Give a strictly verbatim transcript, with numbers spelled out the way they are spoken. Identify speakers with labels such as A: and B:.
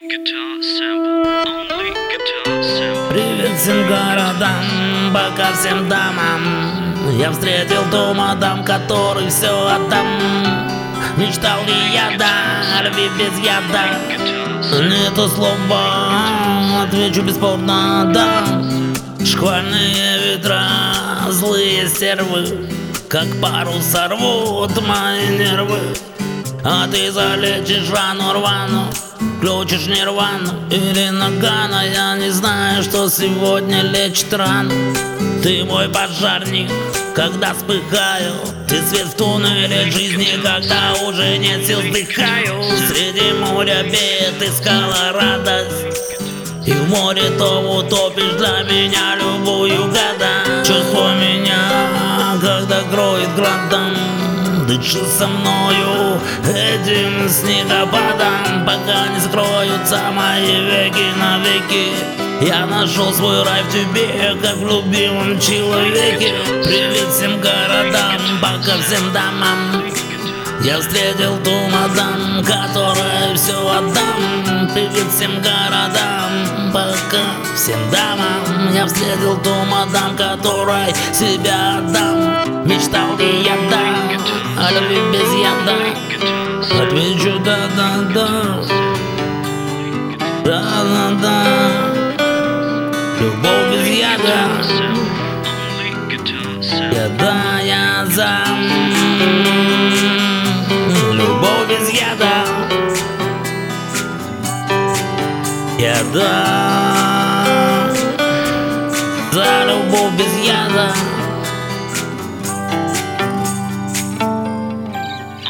A: Привет всем городам, пока всем дамам. Я встретил ту мадам, который все отдам. Мечтал ли я, да, о любви без яда? Нету слова, отвечу бесспорно, да. Шквальные ветра, злые стервы, как парус сорвут мои нервы. А ты залечишь рану рвану, включишь нирвану или нагана. Я не знаю, что сегодня лечит рану. Ты мой пожарник, когда вспыхаю. Ты свет в туннеле жизни, когда уже нет сил, вздыхаю. Среди моря бед искала радость, и в море то утопишь для меня любую гадость. Чувствуй меня, когда кроет градом. Дыши со мною этим снегопадом, пока не закроются мои веки навеки. Я нашел свой рай в тебе, как в любимом человеке. Привет всем городам, пока всем домам. Я встретил ту мадам, которая все отдам. Привет всем городам, пока всем дамам. Я встретил ту мадам, которой себя отдам. Мечтал ли я, да, о любви без яда? Отвечу да-да-да, да-да-да. Любовь без яда, я да, я за. Любовь без яда, я да, за любовь без яда.